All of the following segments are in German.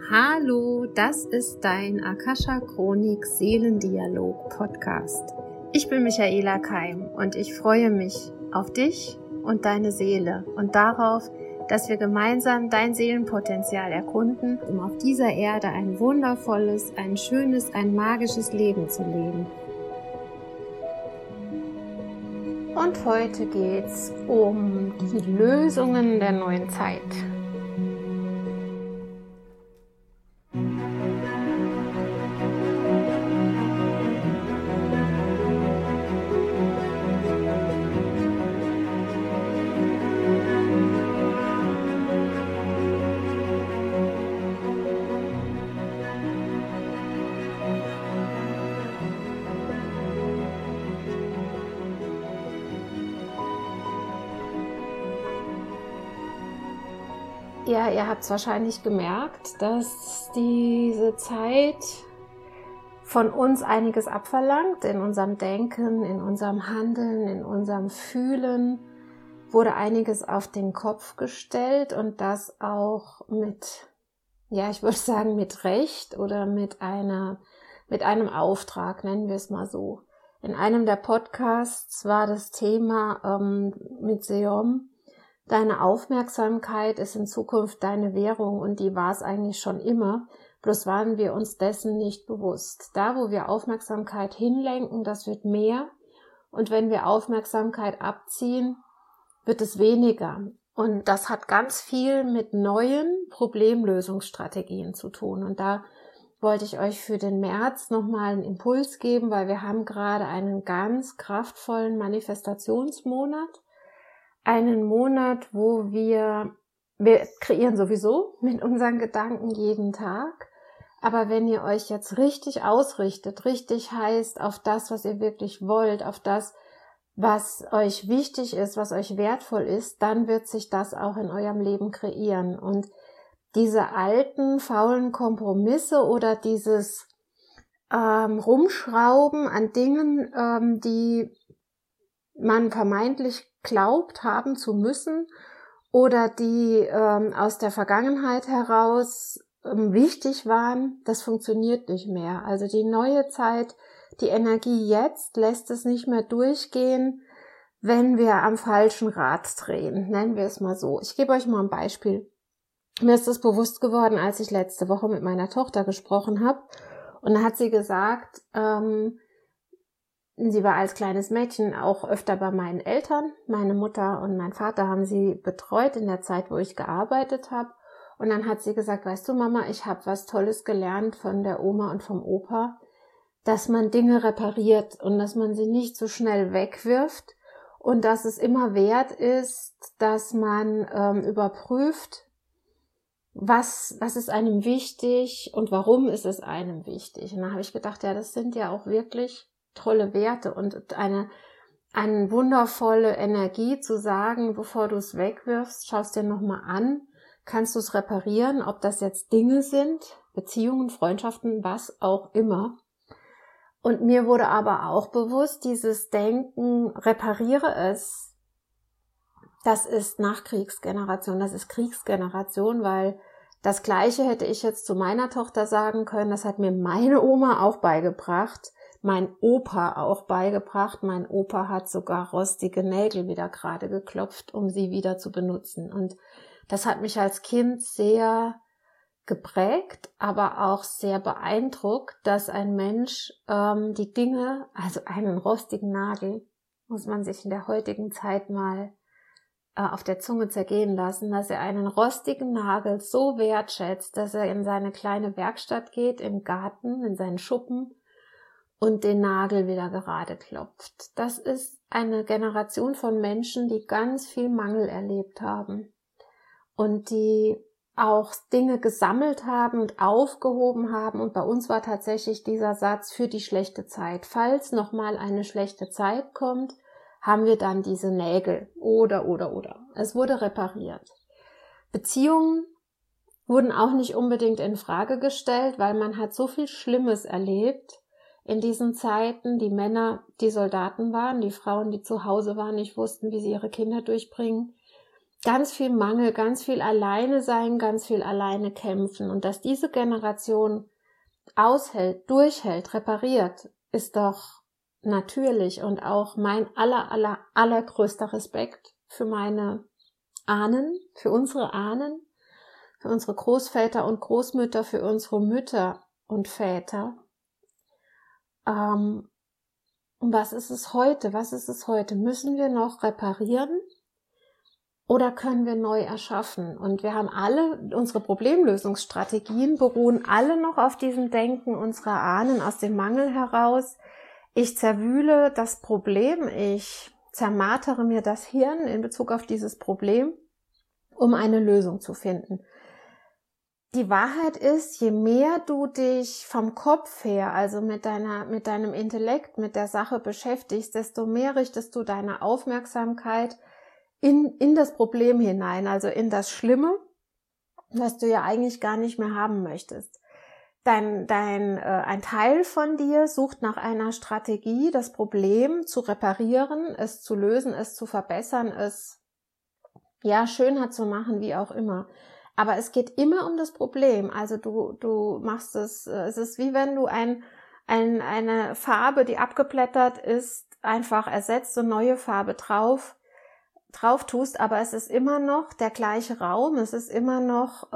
Hallo, das ist dein Akasha Chronik Seelendialog Podcast. Ich bin Michaela Keim und ich freue mich auf dich und deine Seele und darauf, dass wir gemeinsam dein Seelenpotenzial erkunden, um auf dieser Erde ein wundervolles, ein schönes, ein magisches Leben zu leben. Und heute geht's um die Lösungen der neuen Zeit. Ja, ihr habt es wahrscheinlich gemerkt, dass diese Zeit von uns einiges abverlangt. In unserem Denken, in unserem Handeln, in unserem Fühlen wurde einiges auf den Kopf gestellt und das auch mit, ja, ich würde sagen mit Recht oder mit einem Auftrag, nennen wir es mal so. In einem der Podcasts war das Thema mit Seom: Deine Aufmerksamkeit ist in Zukunft deine Währung, und die war es eigentlich schon immer, bloß waren wir uns dessen nicht bewusst. Da, wo wir Aufmerksamkeit hinlenken, das wird mehr, und wenn wir Aufmerksamkeit abziehen, wird es weniger. Und das hat ganz viel mit neuen Problemlösungsstrategien zu tun. Und da wollte ich euch für den März nochmal einen Impuls geben, weil wir haben gerade einen ganz kraftvollen Manifestationsmonat. Einen Monat, wo wir kreieren sowieso mit unseren Gedanken jeden Tag. Aber wenn ihr euch jetzt richtig ausrichtet, richtig heißt auf das, was ihr wirklich wollt, auf das, was euch wichtig ist, was euch wertvoll ist, dann wird sich das auch in eurem Leben kreieren. Und diese alten, faulen Kompromisse oder dieses Rumschrauben an Dingen, die man vermeintlich glaubt haben zu müssen oder die aus der Vergangenheit heraus wichtig waren, das funktioniert nicht mehr. Also die neue Zeit, die Energie jetzt lässt es nicht mehr durchgehen, wenn wir am falschen Rad drehen, nennen wir es mal so. Ich gebe euch mal ein Beispiel. Mir ist das bewusst geworden, als ich letzte Woche mit meiner Tochter gesprochen habe, und da hat sie gesagt, sie war als kleines Mädchen auch öfter bei meinen Eltern. Meine Mutter und mein Vater haben sie betreut in der Zeit, wo ich gearbeitet habe. Und dann hat sie gesagt, weißt du Mama, ich habe was Tolles gelernt von der Oma und vom Opa, dass man Dinge repariert und dass man sie nicht so schnell wegwirft und dass es immer wert ist, dass man überprüft, was ist einem wichtig und warum ist es einem wichtig. Und da habe ich gedacht, ja, das sind ja auch wirklich tolle Werte und eine wundervolle Energie zu sagen, bevor du es wegwirfst, schaust dir nochmal an, kannst du es reparieren, ob das jetzt Dinge sind, Beziehungen, Freundschaften, was auch immer. Und mir wurde aber auch bewusst, dieses Denken, repariere es, das ist Nachkriegsgeneration, das ist Kriegsgeneration, weil das Gleiche hätte ich jetzt zu meiner Tochter sagen können, das hat mir meine Oma auch beigebracht, mein Opa auch beigebracht. Mein Opa hat sogar rostige Nägel wieder gerade geklopft, um sie wieder zu benutzen. Und das hat mich als Kind sehr geprägt, aber auch sehr beeindruckt, dass ein Mensch die Dinge, also einen rostigen Nagel, muss man sich in der heutigen Zeit mal auf der Zunge zergehen lassen, dass er einen rostigen Nagel so wertschätzt, dass er in seine kleine Werkstatt geht, im Garten, in seinen Schuppen, und den Nagel wieder gerade klopft. Das ist eine Generation von Menschen, die ganz viel Mangel erlebt haben und die auch Dinge gesammelt haben und aufgehoben haben. Und bei uns war tatsächlich dieser Satz: für die schlechte Zeit. Falls nochmal eine schlechte Zeit kommt, haben wir dann diese Nägel. Oder. Es wurde repariert. Beziehungen wurden auch nicht unbedingt in Frage gestellt, weil man hat so viel Schlimmes erlebt in diesen Zeiten. Die Männer, die Soldaten waren, die Frauen, die zu Hause waren, nicht wussten, wie sie ihre Kinder durchbringen. ganz viel Mangel, ganz viel alleine sein, ganz viel alleine kämpfen. Und dass diese Generation aushält, durchhält, repariert, ist doch natürlich und auch mein allergrößter Respekt für meine Ahnen, für unsere Ahnen, für unsere Großväter und Großmütter, für unsere Mütter und Väter. Und was ist es heute? Was ist es heute? Müssen wir noch reparieren oder können wir neu erschaffen? Und wir haben alle, unsere Problemlösungsstrategien beruhen alle noch auf diesem Denken unserer Ahnen aus dem Mangel heraus. Ich zerwühle das Problem, ich zermartere mir das Hirn in Bezug auf dieses Problem, um eine Lösung zu finden. Die Wahrheit ist, je mehr du dich vom Kopf her, also mit deinem Intellekt, mit der Sache beschäftigst, desto mehr richtest du deine Aufmerksamkeit in das Problem hinein, also in das Schlimme, was du ja eigentlich gar nicht mehr haben möchtest. Ein Teil von dir sucht nach einer Strategie, das Problem zu reparieren, es zu lösen, es zu verbessern, es schöner zu machen, wie auch immer. Aber es geht immer um das Problem. Also du machst es ist wie wenn du eine Farbe, die abgeblättert ist, einfach ersetzt und neue Farbe drauf tust, aber es ist immer noch der gleiche Raum, es ist immer noch,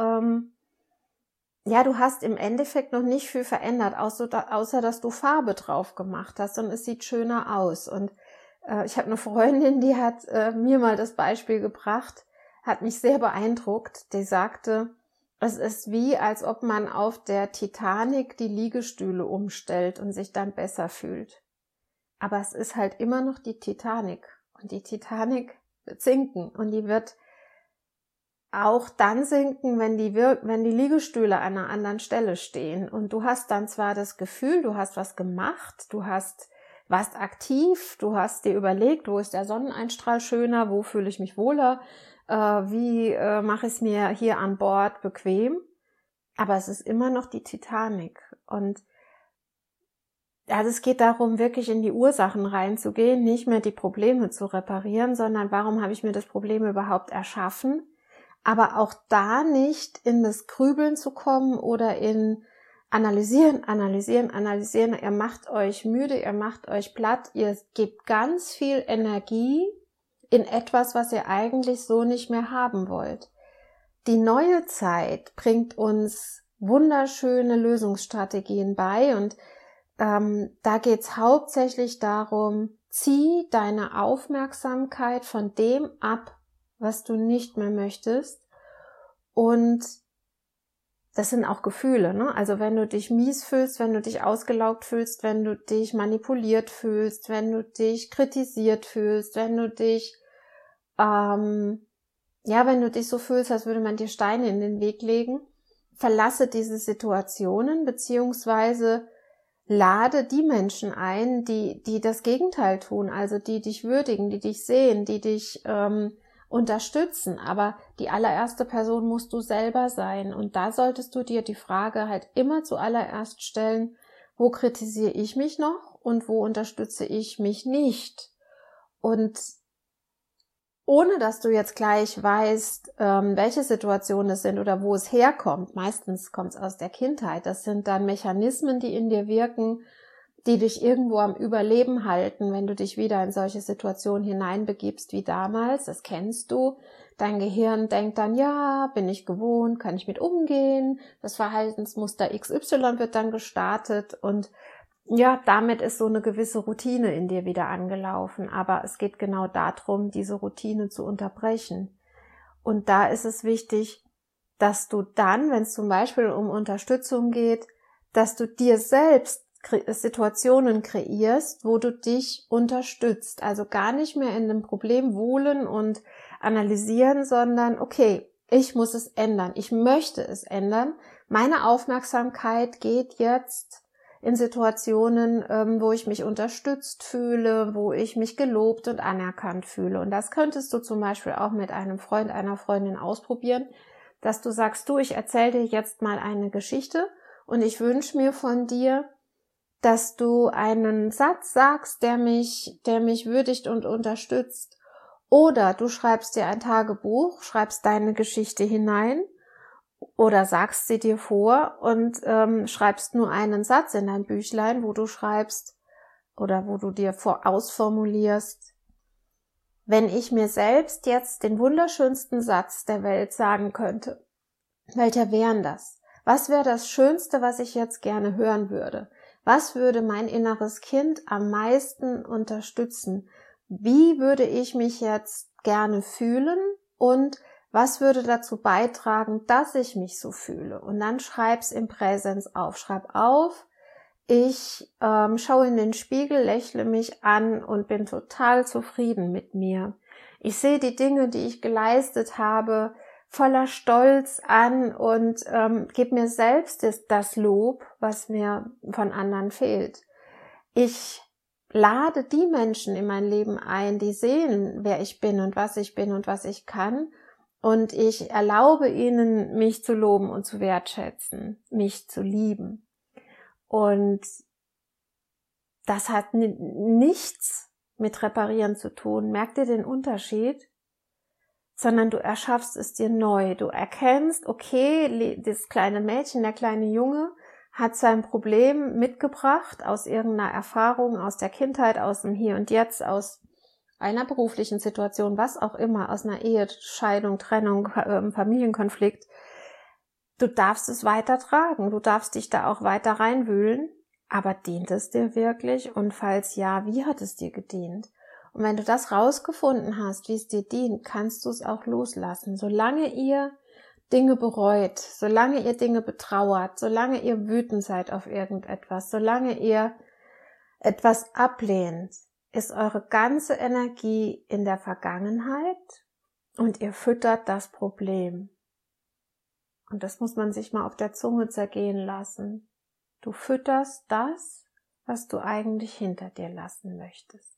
du hast im Endeffekt noch nicht viel verändert, außer dass du Farbe drauf gemacht hast und es sieht schöner aus. Und ich habe eine Freundin, die hat mir mal das Beispiel gebracht, hat mich sehr beeindruckt. Die sagte, es ist wie, als ob man auf der Titanic die Liegestühle umstellt und sich dann besser fühlt. Aber es ist halt immer noch die Titanic. Und die Titanic wird sinken. Und die wird auch dann sinken, wenn die Liegestühle an einer anderen Stelle stehen. Und du hast dann zwar das Gefühl, du hast was gemacht, warst aktiv, du hast dir überlegt, wo ist der Sonneneinstrahl schöner, wo fühle ich mich wohler, wie mache ich es mir hier an Bord bequem. Aber es ist immer noch die Titanic. Und also es geht darum, wirklich in die Ursachen reinzugehen, nicht mehr die Probleme zu reparieren, sondern warum habe ich mir das Problem überhaupt erschaffen? Aber auch da nicht in das Grübeln zu kommen oder in analysieren. Ihr macht euch müde, ihr macht euch platt, ihr gebt ganz viel Energie in etwas, was ihr eigentlich so nicht mehr haben wollt. Die neue Zeit bringt uns wunderschöne Lösungsstrategien bei und da geht's hauptsächlich darum, zieh deine Aufmerksamkeit von dem ab, was du nicht mehr möchtest. Und das sind auch Gefühle, ne? Also wenn du dich mies fühlst, wenn du dich ausgelaugt fühlst, wenn du dich manipuliert fühlst, wenn du dich kritisiert fühlst, wenn du dich so fühlst, als würde man dir Steine in den Weg legen, verlasse diese Situationen, beziehungsweise lade die Menschen ein, die das Gegenteil tun, also die dich würdigen, die dich sehen, die dich unterstützen. Aber die allererste Person musst du selber sein. Und da solltest du dir die Frage halt immer zuallererst stellen, wo kritisiere ich mich noch und wo unterstütze ich mich nicht? Und ohne dass du jetzt gleich weißt, welche Situationen es sind oder wo es herkommt, meistens kommt es aus der Kindheit, das sind dann Mechanismen, die in dir wirken, die dich irgendwo am Überleben halten, wenn du dich wieder in solche Situationen hineinbegibst wie damals, das kennst du. Dein Gehirn denkt dann, ja, bin ich gewohnt, kann ich mit umgehen, das Verhaltensmuster XY wird dann gestartet und ja, damit ist so eine gewisse Routine in dir wieder angelaufen, aber es geht genau darum, diese Routine zu unterbrechen. Und da ist es wichtig, dass du dann, wenn es zum Beispiel um Unterstützung geht, dass du dir selbst Situationen kreierst, wo du dich unterstützt. Also gar nicht mehr in dem Problem wohlen und analysieren, sondern okay, ich muss es ändern, ich möchte es ändern. Meine Aufmerksamkeit geht jetzt in Situationen, wo ich mich unterstützt fühle, wo ich mich gelobt und anerkannt fühle. Und das könntest du zum Beispiel auch mit einem Freund, einer Freundin ausprobieren, dass du sagst, ich erzähle dir jetzt mal eine Geschichte und ich wünsche mir von dir, dass du einen Satz sagst, der mich würdigt und unterstützt. Oder du schreibst dir ein Tagebuch, schreibst deine Geschichte hinein oder sagst sie dir vor und schreibst nur einen Satz in dein Büchlein, wo du schreibst oder wo du dir ausformulierst: Wenn ich mir selbst jetzt den wunderschönsten Satz der Welt sagen könnte, welcher wären das? Was wäre das Schönste, was ich jetzt gerne hören würde? Was würde mein inneres Kind am meisten unterstützen? Wie würde ich mich jetzt gerne fühlen und was würde dazu beitragen, dass ich mich so fühle? Und dann schreib's im Präsens auf. Schreib auf: Ich schaue in den Spiegel, lächle mich an und bin total zufrieden mit mir. Ich sehe die Dinge, die ich geleistet habe, voller Stolz an und gebe mir selbst das Lob, was mir von anderen fehlt. Ich lade die Menschen in mein Leben ein, die sehen, wer ich bin und was ich kann. Und ich erlaube ihnen, mich zu loben und zu wertschätzen, mich zu lieben. Und das hat nichts mit Reparieren zu tun. Merkt ihr den Unterschied? Sondern du erschaffst es dir neu. Du erkennst, okay, das kleine Mädchen, der kleine Junge hat sein Problem mitgebracht aus irgendeiner Erfahrung, aus der Kindheit, aus dem Hier und Jetzt, aus einer beruflichen Situation, was auch immer, aus einer Ehe, Scheidung, Trennung, Familienkonflikt. Du darfst es weiter tragen, du darfst dich da auch weiter reinwühlen, aber dient es dir wirklich? Und falls ja, wie hat es dir gedient? Und wenn du das rausgefunden hast, wie es dir dient, kannst du es auch loslassen. Solange ihr Dinge bereut, solange ihr Dinge betrauert, solange ihr wütend seid auf irgendetwas, solange ihr etwas ablehnt, ist eure ganze Energie in der Vergangenheit und ihr füttert das Problem. Und das muss man sich mal auf der Zunge zergehen lassen. Du fütterst das, was du eigentlich hinter dir lassen möchtest.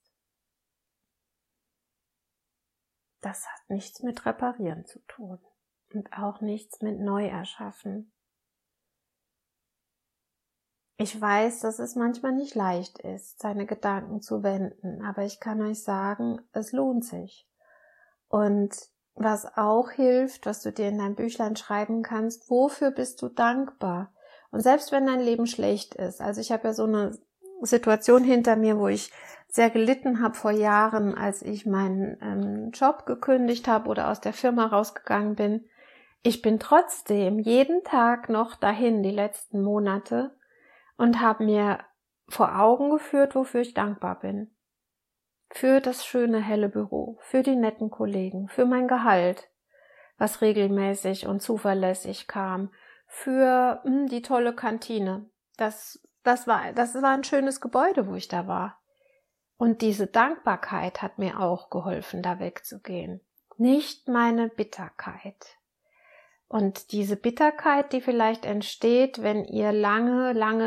Das hat nichts mit Reparieren zu tun und auch nichts mit Neuerschaffen. Ich weiß, dass es manchmal nicht leicht ist, seine Gedanken zu wenden, aber ich kann euch sagen, es lohnt sich. Und was auch hilft, was du dir in dein Büchlein schreiben kannst: Wofür bist du dankbar? Und selbst wenn dein Leben schlecht ist, also ich habe ja so eine Situation hinter mir, wo ich sehr gelitten habe vor Jahren, als ich meinen Job gekündigt habe oder aus der Firma rausgegangen bin. Ich bin trotzdem jeden Tag noch dahin, die letzten Monate, und habe mir vor Augen geführt, wofür ich dankbar bin. Für das schöne, helle Büro, für die netten Kollegen, für mein Gehalt, was regelmäßig und zuverlässig kam, für die tolle Kantine. Das war ein schönes Gebäude, wo ich da war. Und diese Dankbarkeit hat mir auch geholfen, da wegzugehen. Nicht meine Bitterkeit. Und diese Bitterkeit, die vielleicht entsteht, wenn ihr lange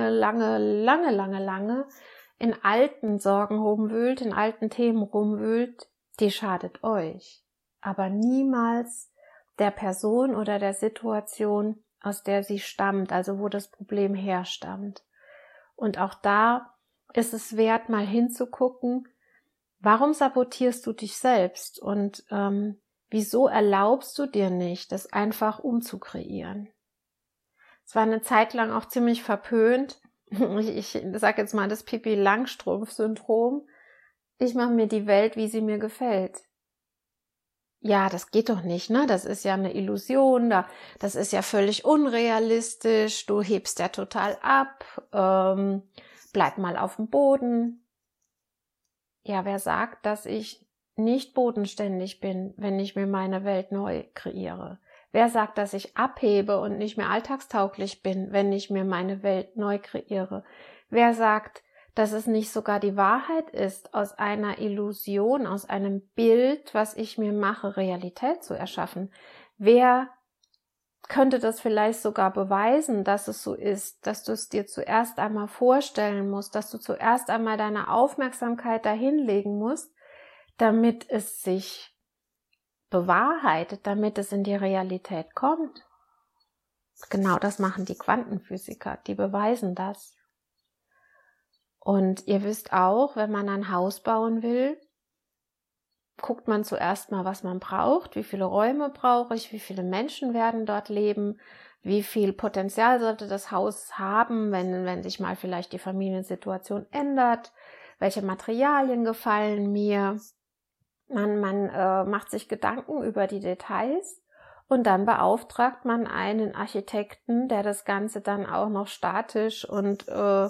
in alten Sorgen rumwühlt, in alten Themen rumwühlt, die schadet euch, aber niemals der Person oder der Situation, aus der sie stammt, also wo das Problem herstammt. Und auch da ist es wert, mal hinzugucken, warum sabotierst du dich selbst und wieso erlaubst du dir nicht, das einfach umzukreieren? Es war eine Zeit lang auch ziemlich verpönt. Ich sage jetzt mal das Pippi-Langstrumpf-Syndrom. Ich mache mir die Welt, wie sie mir gefällt. Ja, das geht doch nicht, ne? Das ist ja eine Illusion, das ist ja völlig unrealistisch, du hebst ja total ab, bleib mal auf dem Boden. Ja, wer sagt, dass ich nicht bodenständig bin, wenn ich mir meine Welt neu kreiere? Wer sagt, dass ich abhebe und nicht mehr alltagstauglich bin, wenn ich mir meine Welt neu kreiere? Wer sagt, dass es nicht sogar die Wahrheit ist, aus einer Illusion, aus einem Bild, was ich mir mache, Realität zu erschaffen? Wer könnte das vielleicht sogar beweisen, dass es so ist, dass du es dir zuerst einmal vorstellen musst, dass du zuerst einmal deine Aufmerksamkeit dahin legen musst, damit es sich bewahrheitet, damit es in die Realität kommt? Genau das machen die Quantenphysiker, die beweisen das. Und ihr wisst auch, wenn man ein Haus bauen will, guckt man zuerst mal, was man braucht, wie viele Räume brauche ich, wie viele Menschen werden dort leben, wie viel Potenzial sollte das Haus haben, wenn sich mal vielleicht die Familiensituation ändert, welche Materialien gefallen mir. Man macht sich Gedanken über die Details und dann beauftragt man einen Architekten, der das Ganze dann auch noch statisch und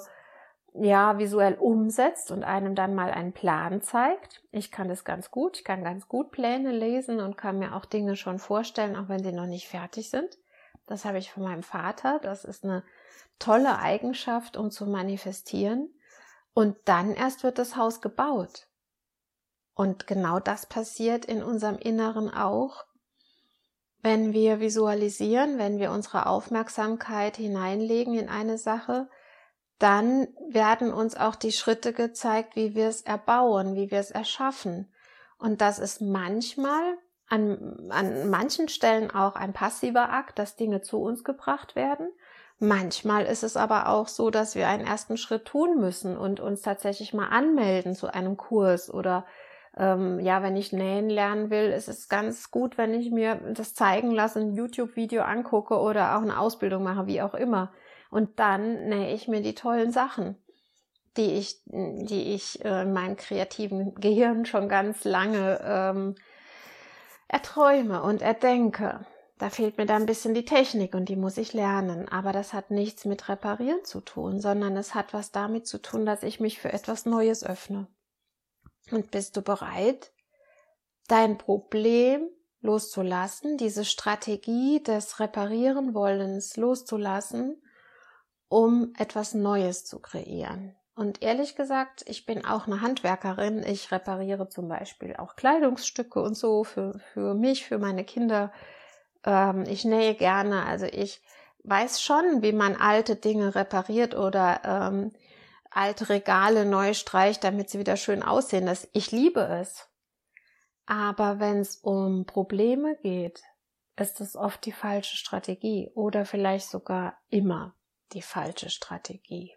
visuell umsetzt und einem dann mal einen Plan zeigt. Ich kann das ganz gut. Ich kann ganz gut Pläne lesen und kann mir auch Dinge schon vorstellen, auch wenn sie noch nicht fertig sind. Das habe ich von meinem Vater. Das ist eine tolle Eigenschaft, um zu manifestieren. Und dann erst wird das Haus gebaut. Und genau das passiert in unserem Inneren auch, wenn wir visualisieren, wenn wir unsere Aufmerksamkeit hineinlegen in eine Sache, dann werden uns auch die Schritte gezeigt, wie wir es erbauen, wie wir es erschaffen. Und das ist manchmal an manchen Stellen auch ein passiver Akt, dass Dinge zu uns gebracht werden. Manchmal ist es aber auch so, dass wir einen ersten Schritt tun müssen und uns tatsächlich mal anmelden zu einem Kurs oder wenn ich nähen lernen will, ist es ganz gut, wenn ich mir das zeigen lasse, ein YouTube-Video angucke oder auch eine Ausbildung mache, wie auch immer. Und dann nähe ich mir die tollen Sachen, die ich in meinem kreativen Gehirn schon ganz lange erträume und erdenke. Da fehlt mir dann ein bisschen die Technik und die muss ich lernen. Aber das hat nichts mit Reparieren zu tun, sondern es hat was damit zu tun, dass ich mich für etwas Neues öffne. Und bist du bereit, dein Problem loszulassen, diese Strategie des Reparieren-Wollens loszulassen, um etwas Neues zu kreieren? Und ehrlich gesagt, ich bin auch eine Handwerkerin. Ich repariere zum Beispiel auch Kleidungsstücke und so für mich, für meine Kinder. Ich nähe gerne. Also ich weiß schon, wie man alte Dinge repariert oder alte Regale neu streicht, damit sie wieder schön aussehen. Ich liebe es. Aber wenn es um Probleme geht, ist es oft die falsche Strategie oder vielleicht sogar immer die falsche Strategie.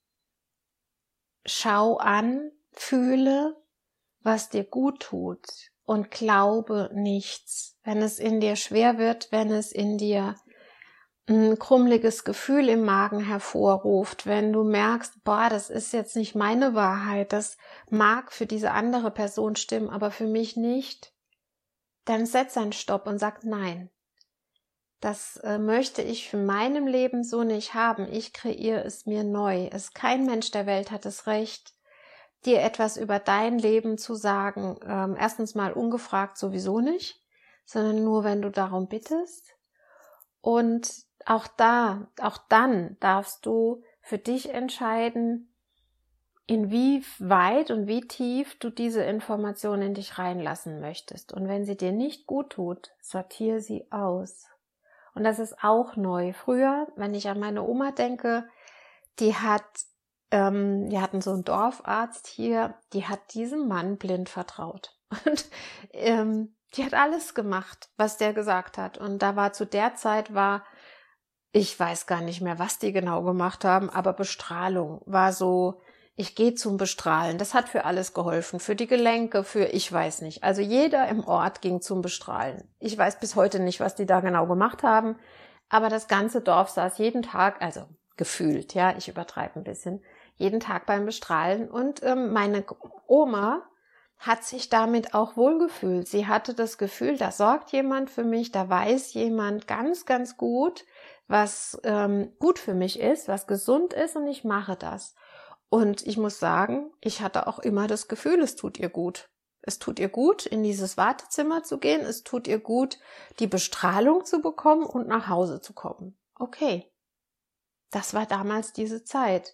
Schau an, fühle, was dir gut tut und glaube nichts. Wenn es in dir schwer wird, wenn es in dir ein krummeliges Gefühl im Magen hervorruft, wenn du merkst, das ist jetzt nicht meine Wahrheit, das mag für diese andere Person stimmen, aber für mich nicht, dann setz einen Stopp und sag nein. Das möchte ich für meinem Leben so nicht haben. Ich kreiere es mir neu. Kein Mensch der Welt hat das Recht, dir etwas über dein Leben zu sagen. Erstens mal ungefragt sowieso nicht, sondern nur, wenn du darum bittest. Und auch dann darfst du für dich entscheiden, inwieweit und wie tief du diese Information in dich reinlassen möchtest. Und wenn sie dir nicht gut tut, sortiere sie aus. Und das ist auch neu. Früher, wenn ich an meine Oma denke, wir hatten so einen Dorfarzt hier, die hat diesem Mann blind vertraut. Und die hat alles gemacht, was der gesagt hat. Und zu der Zeit ich weiß gar nicht mehr, was die genau gemacht haben, aber Bestrahlung war so, ich gehe zum Bestrahlen. Das hat für alles geholfen, für die Gelenke, ich weiß nicht. Also jeder im Ort ging zum Bestrahlen. Ich weiß bis heute nicht, was die da genau gemacht haben, aber das ganze Dorf saß jeden Tag, also gefühlt, ja, ich übertreibe ein bisschen, jeden Tag beim Bestrahlen. Und meine Oma hat sich damit auch wohlgefühlt. Sie hatte das Gefühl, da sorgt jemand für mich, da weiß jemand ganz, ganz gut, was gut für mich ist, was gesund ist, und ich mache das. Und ich muss sagen, ich hatte auch immer das Gefühl, es tut ihr gut. Es tut ihr gut, in dieses Wartezimmer zu gehen. Es tut ihr gut, die Bestrahlung zu bekommen und nach Hause zu kommen. Okay, das war damals diese Zeit.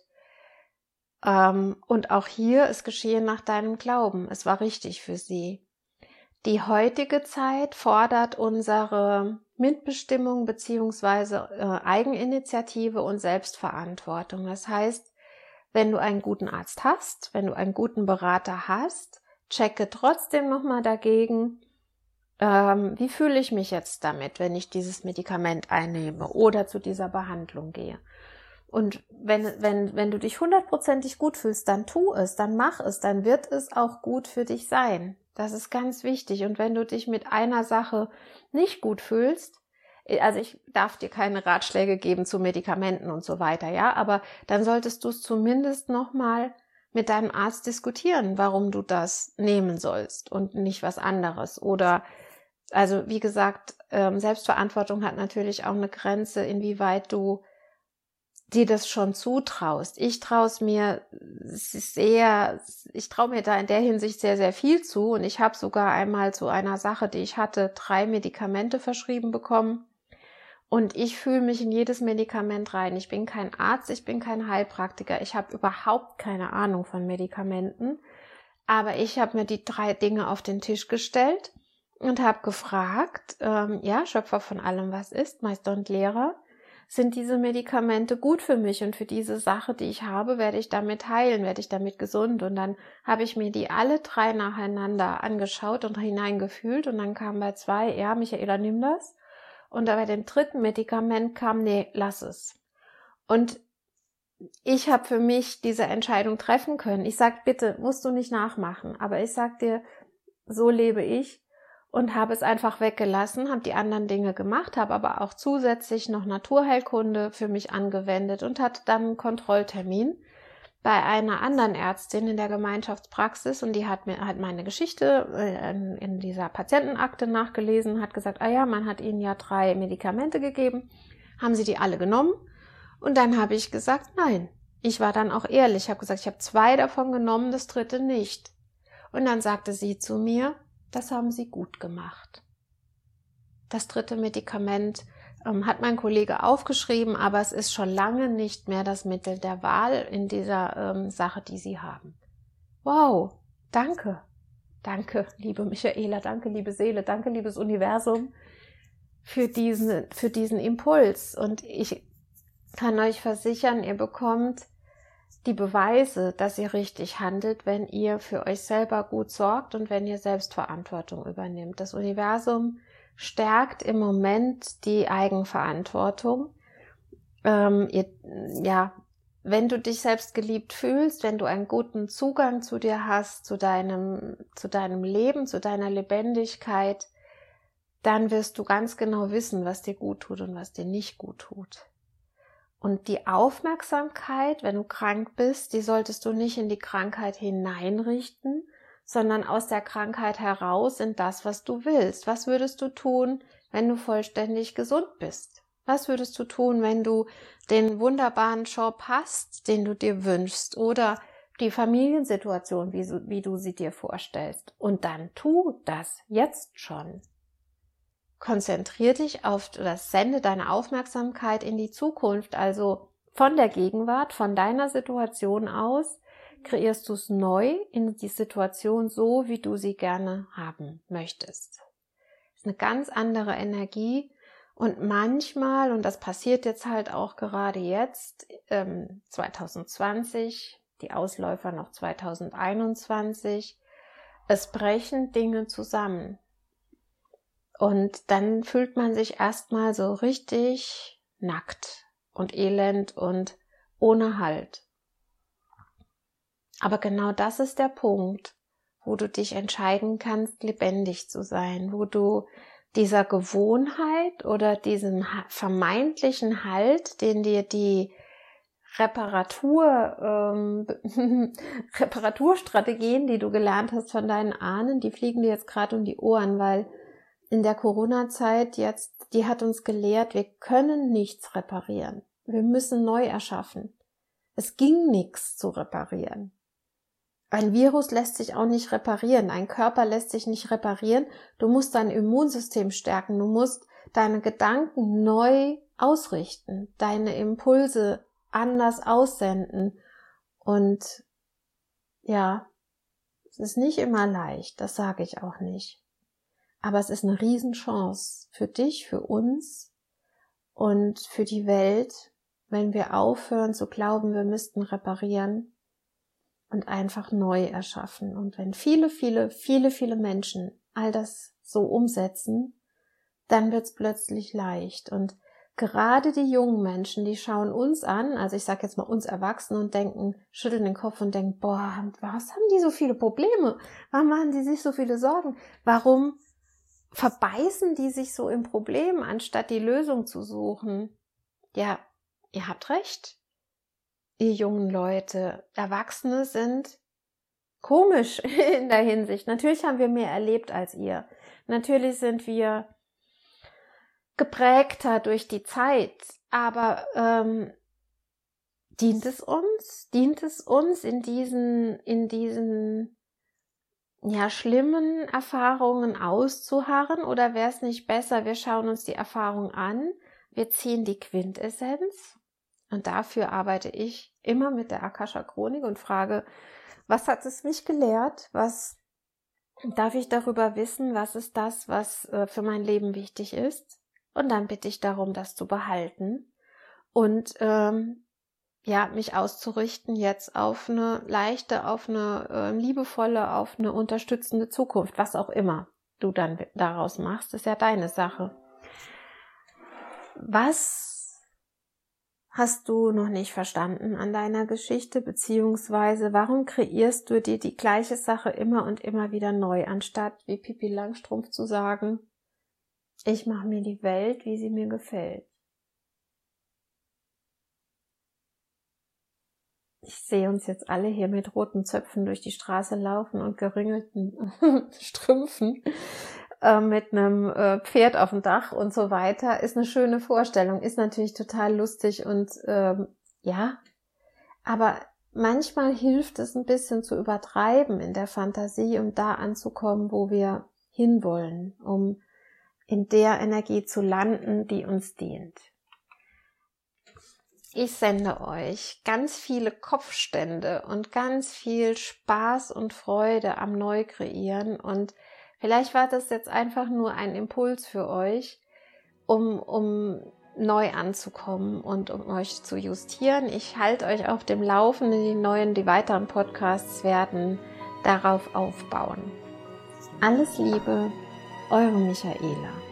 Und auch hier, es geschehe nach deinem Glauben. Es war richtig für sie. Die heutige Zeit fordert unsere Mitbestimmung bzw. Eigeninitiative und Selbstverantwortung. Das heißt, wenn du einen guten Arzt hast, wenn du einen guten Berater hast, checke trotzdem nochmal dagegen, wie fühle ich mich jetzt damit, wenn ich dieses Medikament einnehme oder zu dieser Behandlung gehe. Und wenn du dich 100%ig gut fühlst, dann tu es, dann mach es, dann wird es auch gut für dich sein. Das ist ganz wichtig. Und wenn du dich mit einer Sache nicht gut fühlst, also ich darf dir keine Ratschläge geben zu Medikamenten und so weiter, ja, aber dann solltest du es zumindest nochmal mit deinem Arzt diskutieren, warum du das nehmen sollst und nicht was anderes. Oder, also wie gesagt, Selbstverantwortung hat natürlich auch eine Grenze, inwieweit du dir das schon zutraust. Ich traue mir da in der Hinsicht sehr, sehr viel zu. Und ich habe sogar einmal zu einer Sache, die ich hatte, 3 Medikamente verschrieben bekommen. Und ich fühle mich in jedes Medikament rein. Ich bin kein Arzt, ich bin kein Heilpraktiker. Ich habe überhaupt keine Ahnung von Medikamenten. Aber ich habe mir die 3 Dinge auf den Tisch gestellt und habe gefragt, Schöpfer von allem, was ist, Meister und Lehrer, sind diese Medikamente gut für mich und für diese Sache, die ich habe, werde ich damit heilen, werde ich damit gesund? Und dann habe ich mir die alle 3 nacheinander angeschaut und hineingefühlt und dann kam bei 2, ja, Michaela, nimm das. Und bei dem 3. Medikament kam, nee, lass es. Und ich habe für mich diese Entscheidung treffen können. Ich sag, bitte, musst du nicht nachmachen. Aber ich sag dir, so lebe ich und habe es einfach weggelassen, habe die anderen Dinge gemacht, habe aber auch zusätzlich noch Naturheilkunde für mich angewendet und hatte dann einen Kontrolltermin bei einer anderen Ärztin in der Gemeinschaftspraxis und die hat meine Geschichte in dieser Patientenakte nachgelesen, hat gesagt, man hat ihnen ja 3 Medikamente gegeben, haben sie die alle genommen? Und dann habe ich gesagt, nein. Ich war dann auch ehrlich, ich habe gesagt, ich habe 2 davon genommen, das 3. nicht. Und dann sagte sie zu mir, das haben sie gut gemacht. Das 3. Medikament hat mein Kollege aufgeschrieben, aber es ist schon lange nicht mehr das Mittel der Wahl in dieser Sache, die sie haben. Wow, danke. Danke, liebe Michaela, danke, liebe Seele, danke, liebes Universum, für diesen Impuls. Und ich kann euch versichern, ihr bekommt die Beweise, dass ihr richtig handelt, wenn ihr für euch selber gut sorgt und wenn ihr Selbstverantwortung übernimmt. Das Universum stärkt im Moment die Eigenverantwortung. Wenn du dich selbst geliebt fühlst, wenn du einen guten Zugang zu dir hast, zu deinem Leben, zu deiner Lebendigkeit, dann wirst du ganz genau wissen, was dir gut tut und was dir nicht gut tut. Und die Aufmerksamkeit, wenn du krank bist, die solltest du nicht in die Krankheit hineinrichten, sondern aus der Krankheit heraus in das, was du willst. Was würdest du tun, wenn du vollständig gesund bist? Was würdest du tun, wenn du den wunderbaren Job hast, den du dir wünschst, oder die Familiensituation, wie du sie dir vorstellst? Und dann tu das jetzt schon. Konzentrier dich auf das, sende deine Aufmerksamkeit in die Zukunft, also von der Gegenwart, von deiner Situation aus, kreierst du es neu in die Situation so, wie du sie gerne haben möchtest. Das ist eine ganz andere Energie und manchmal, und das passiert jetzt halt auch gerade jetzt, 2020, die Ausläufer noch 2021, es brechen Dinge zusammen. Und dann fühlt man sich erstmal so richtig nackt und elend und ohne Halt. Aber genau das ist der Punkt, wo du dich entscheiden kannst, lebendig zu sein, wo du dieser Gewohnheit oder diesem vermeintlichen Halt, den dir die Reparaturstrategien, die du gelernt hast von deinen Ahnen, die fliegen dir jetzt gerade um die Ohren, weil in der Corona-Zeit jetzt, die hat uns gelehrt, wir können nichts reparieren. Wir müssen neu erschaffen. Es ging nichts zu reparieren. Ein Virus lässt sich auch nicht reparieren. Ein Körper lässt sich nicht reparieren. Du musst dein Immunsystem stärken. Du musst deine Gedanken neu ausrichten, deine Impulse anders aussenden. Und ja, es ist nicht immer leicht, das sage ich auch nicht. Aber es ist eine Riesenchance für dich, für uns und für die Welt, wenn wir aufhören zu glauben, wir müssten reparieren und einfach neu erschaffen. Und wenn viele Menschen all das so umsetzen, dann wird es plötzlich leicht. Und gerade die jungen Menschen, die schauen uns an, also ich sage jetzt mal uns Erwachsene und denken, schütteln den Kopf und denken, boah, was haben die so viele Probleme? Warum machen die sich so viele Sorgen? Warum verbeißen die sich so im Problem, anstatt die Lösung zu suchen? Ja, ihr habt recht, ihr jungen Leute. Erwachsene sind komisch in der Hinsicht. Natürlich haben wir mehr erlebt als ihr. Natürlich sind wir geprägter durch die Zeit, aber dient es uns in diesen ja schlimmen Erfahrungen auszuharren, oder wäre es nicht besser, wir schauen uns die Erfahrung an, wir ziehen die Quintessenz, und dafür arbeite ich immer mit der Akasha Chronik und frage, was hat es mich gelehrt, was darf ich darüber wissen, was ist das, was für mein Leben wichtig ist? Und dann bitte ich darum, das zu behalten und mich auszurichten jetzt auf eine leichte, auf eine liebevolle, auf eine unterstützende Zukunft, was auch immer du dann daraus machst, ist ja deine Sache. Was hast du noch nicht verstanden an deiner Geschichte, beziehungsweise warum kreierst du dir die gleiche Sache immer und immer wieder neu, anstatt wie Pippi Langstrumpf zu sagen, ich mache mir die Welt, wie sie mir gefällt. Ich sehe uns jetzt alle hier mit roten Zöpfen durch die Straße laufen und geringelten Strümpfen mit einem Pferd auf dem Dach und so weiter. Ist eine schöne Vorstellung, ist natürlich total lustig und aber manchmal hilft es ein bisschen zu übertreiben in der Fantasie, um da anzukommen, wo wir hinwollen, um in der Energie zu landen, die uns dient. Ich sende euch ganz viele Kopfstände und ganz viel Spaß und Freude am Neukreieren, und vielleicht war das jetzt einfach nur ein Impuls für euch, um neu anzukommen und um euch zu justieren. Ich halte euch auf dem Laufenden, die weiteren Podcasts werden darauf aufbauen. Alles Liebe, eure Michaela.